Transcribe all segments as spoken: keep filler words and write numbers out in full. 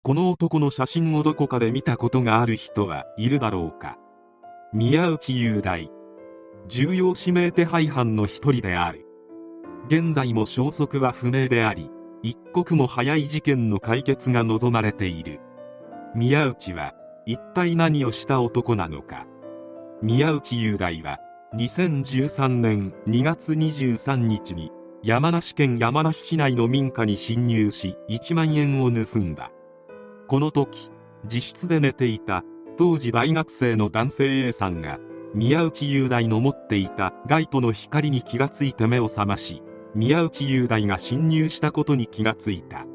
この男の写真をどこかで見たことがある人はいるだろうか。宮内雄大、重要指名手配犯の一人である。現在も消息は不明であり、一刻も早い事件の解決が望まれている。宮内は一体何をした男なのか。宮内雄大はにせんじゅうさんねんにがつにじゅうさんにちに山梨県山梨市内の民家に侵入しいちまんえんを盗んだ。この時自室で寝ていた当時大学生の男性 A さんが宮内雄大の持っていたライトの光に気がついて目を覚まし、宮内雄大が侵入したことに気がついた。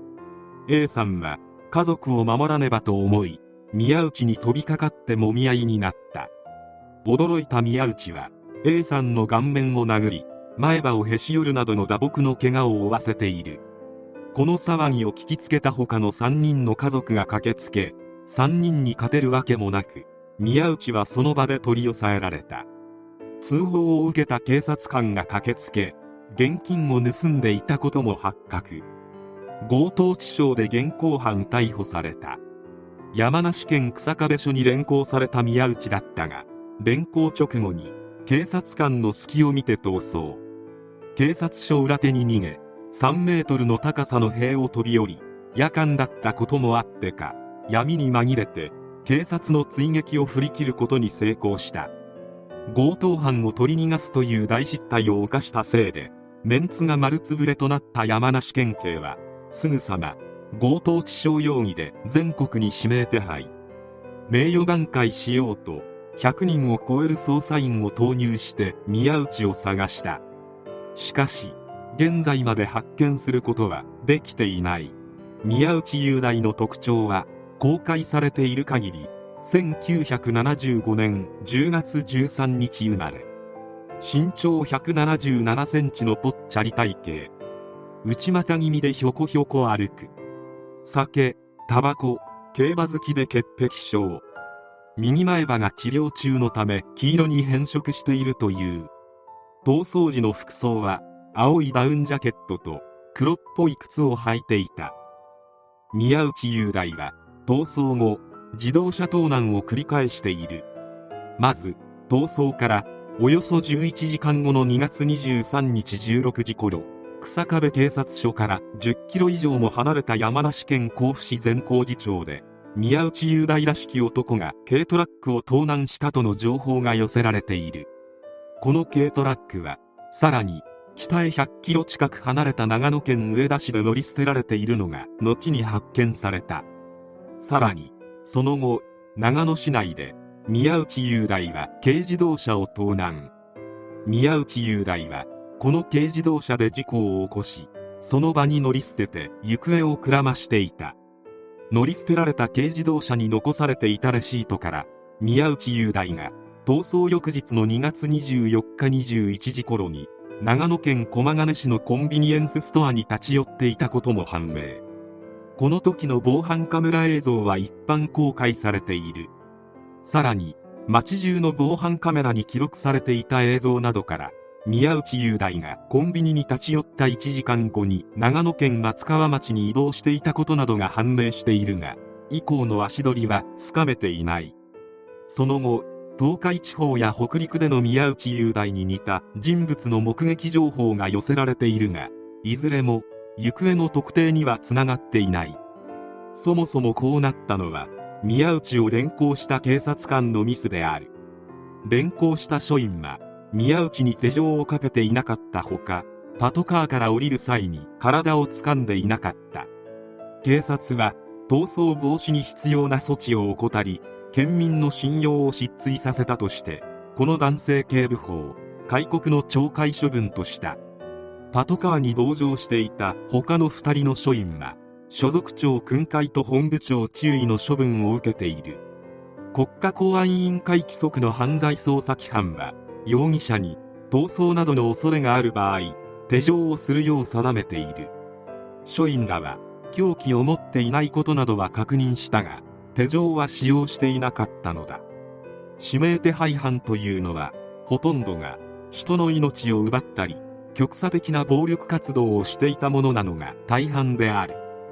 A さんは家族を守らねばと思い、宮内に飛びかかってもみ合いになった。驚いた宮内は A さんの顔面を殴り、前歯をへし折るなどの打撲の怪我を負わせている。この騒ぎを聞きつけた他のさんにんの家族が駆けつけ、さんにんに勝てるわけもなく、宮内はその場で取り押さえられた。通報を受けた警察官が駆けつけ、現金を盗んでいたことも発覚。強盗致傷で現行犯逮捕された。山梨県日下部署に連行された宮内だったが、連行直後に警察官の隙を見て逃走。警察署裏手に逃げ、さんメートルの高さの塀を飛び降り、夜間だったこともあってか闇に紛れて警察の追撃を振り切ることに成功した。強盗犯を取り逃がすという大失態を犯したせいでメンツが丸つぶれとなった山梨県警はすぐさま強盗致傷容疑で全国に指名手配。名誉挽回しようとひゃくにんを超える捜査員を投入して宮内を探した。しかし現在まで発見することはできていない。宮内雄大の特徴は公開されている限りせんきゅうひゃくななじゅうごねんじゅうがつじゅうさんにち生まれ、身長ひゃくななじゅうななセンチのぽっちゃり体型、内股気味でひょこひょこ歩く、酒、タバコ、競馬好きで潔癖症、右前歯が治療中のため黄色に変色しているという。逃走時の服装は青いダウンジャケットと黒っぽい靴を履いていた。宮内雄大は逃走後自動車盗難を繰り返している。まず逃走からおよそじゅういちじかんごのにがつにじゅうさんにちじゅうろくじ頃、日下部警察署からじゅっキロ以上も離れた山梨県甲府市善光寺町で宮内雄大らしき男が軽トラックを盗難したとの情報が寄せられている。この軽トラックはさらに北へひゃっキロ近く離れた長野県上田市で乗り捨てられているのが後に発見された。さらにその後長野市内で宮内雄大は軽自動車を盗難。宮内雄大はこの軽自動車で事故を起こし、その場に乗り捨てて行方をくらましていた。乗り捨てられた軽自動車に残されていたレシートから宮内雄大が逃走翌日のにがつにじゅうよっかにじゅういちじ頃に長野県駒ヶ根市のコンビニエンスストアに立ち寄っていたことも判明。この時の防犯カメラ映像は一般公開されている。さらに街中の防犯カメラに記録されていた映像などから宮内雄大がコンビニに立ち寄ったいちじかんごに長野県松川町に移動していたことなどが判明しているが、以降の足取りはつかめていない。その後東海地方や北陸での宮内雄大に似た人物の目撃情報が寄せられているが、いずれも行方の特定にはつながっていない。そもそもこうなったのは宮内を連行した警察官のミスである。連行した署員は宮内に手錠をかけていなかったほか、パトカーから降りる際に体を掴んでいなかった。警察は逃走防止に必要な措置を怠り、県民の信用を失墜させたとしてこの男性警部補を戒告の懲戒処分とした。パトカーに同乗していた他のふたりの署員は所属庁訓戒と本部長注意の処分を受けている。国家公安委員会規則の犯罪捜査規範は容疑者に逃走などの恐れがある場合手錠をするよう定めている。署員らは凶器を持っていないことなどは確認したが手錠は使用していなかったのだ。指名手配犯というのはほとんどが人の命を奪ったり局所的な暴力活動をしていたものなのが大半である。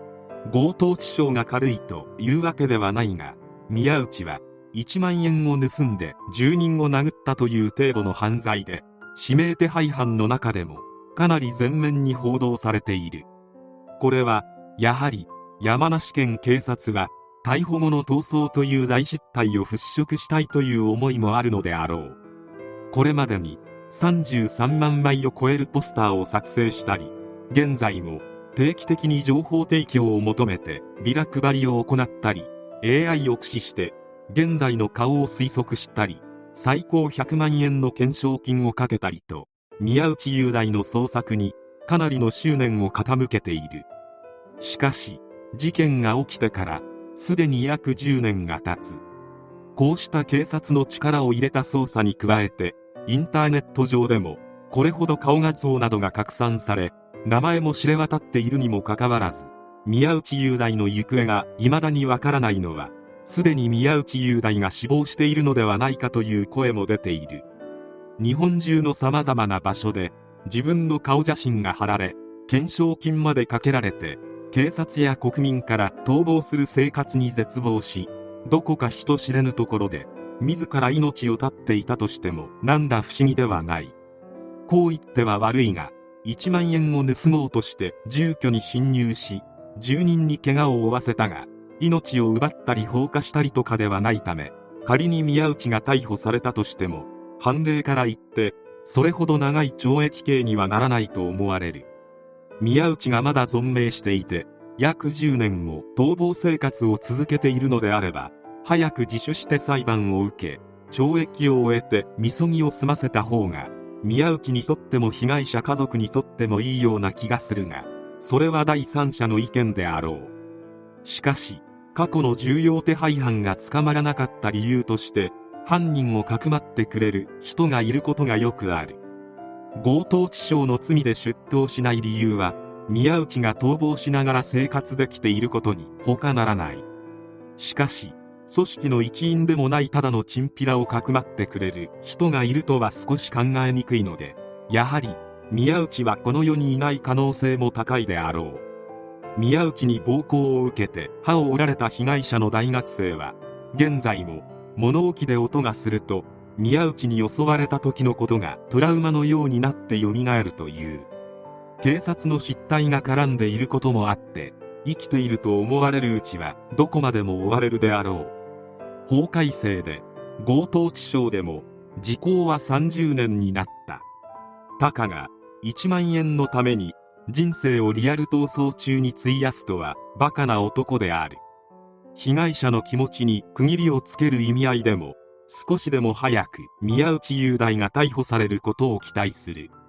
強盗致傷が軽いというわけではないが、宮内はいちまんえんを盗んで住人を殴ったという程度の犯罪で、指名手配犯の中でもかなり前面に報道されている。これはやはり山梨県警察は逮捕後の逃走という大失態を払拭したいという思いもあるのであろう。これまでにさんじゅうさんまんまいを超えるポスターを作成したり、現在も定期的に情報提供を求めてビラ配りを行ったり、 エーアイ を駆使して現在の顔を推測したり、最高ひゃくまんえんの懸賞金をかけたりと、宮内雄大の捜索にかなりの執念を傾けている。しかし事件が起きてからすでに約じゅうねんが経つ。こうした警察の力を入れた捜査に加えて、インターネット上でもこれほど顔画像などが拡散され、名前も知れ渡っているにもかかわらず、宮内雄大の行方が未だにわからないのは、すでに宮内雄大が死亡しているのではないかという声も出ている。日本中のさまざまな場所で自分の顔写真が貼られ、懸賞金までかけられて、警察や国民から逃亡する生活に絶望し、どこか人知れぬところで自ら命を絶っていたとしても何ら不思議ではない。こう言っては悪いが、いちまんえんを盗もうとして住居に侵入し、住人に怪我を負わせたが、命を奪ったり放火したりとかではないため、仮に宮内が逮捕されたとしても、判例から言ってそれほど長い懲役刑にはならないと思われる。宮内がまだ存命していて、約じゅうねんも逃亡生活を続けているのであれば、早く自首して裁判を受け、懲役を終えてみそぎを済ませた方が、宮内にとっても被害者家族にとってもいいような気がするが、それは第三者の意見であろう。しかし、過去の重要手配犯が捕まらなかった理由として、犯人をかくまってくれる人がいることがよくある。強盗致傷の罪で出頭しない理由は、宮内が逃亡しながら生活できていることに他ならない。しかし、組織の一員でもないただのチンピラをかくまってくれる人がいるとは少し考えにくいので、やはり宮内はこの世にいない可能性も高いであろう。宮内に暴行を受けて歯を折られた被害者の大学生は、現在も物置で音がすると宮内に襲われた時のことがトラウマのようになってよみがえるという。警察の失態が絡んでいることもあって、生きていると思われるうちはどこまでも追われるであろう。法改正で強盗致傷でも時効はさんじゅうねんになった。たかがいちまんえんのために人生をリアル逃走中に費やすとはバカな男である。被害者の気持ちに区切りをつける意味合いでも、少しでも早く宮内雄大が逮捕されることを期待する。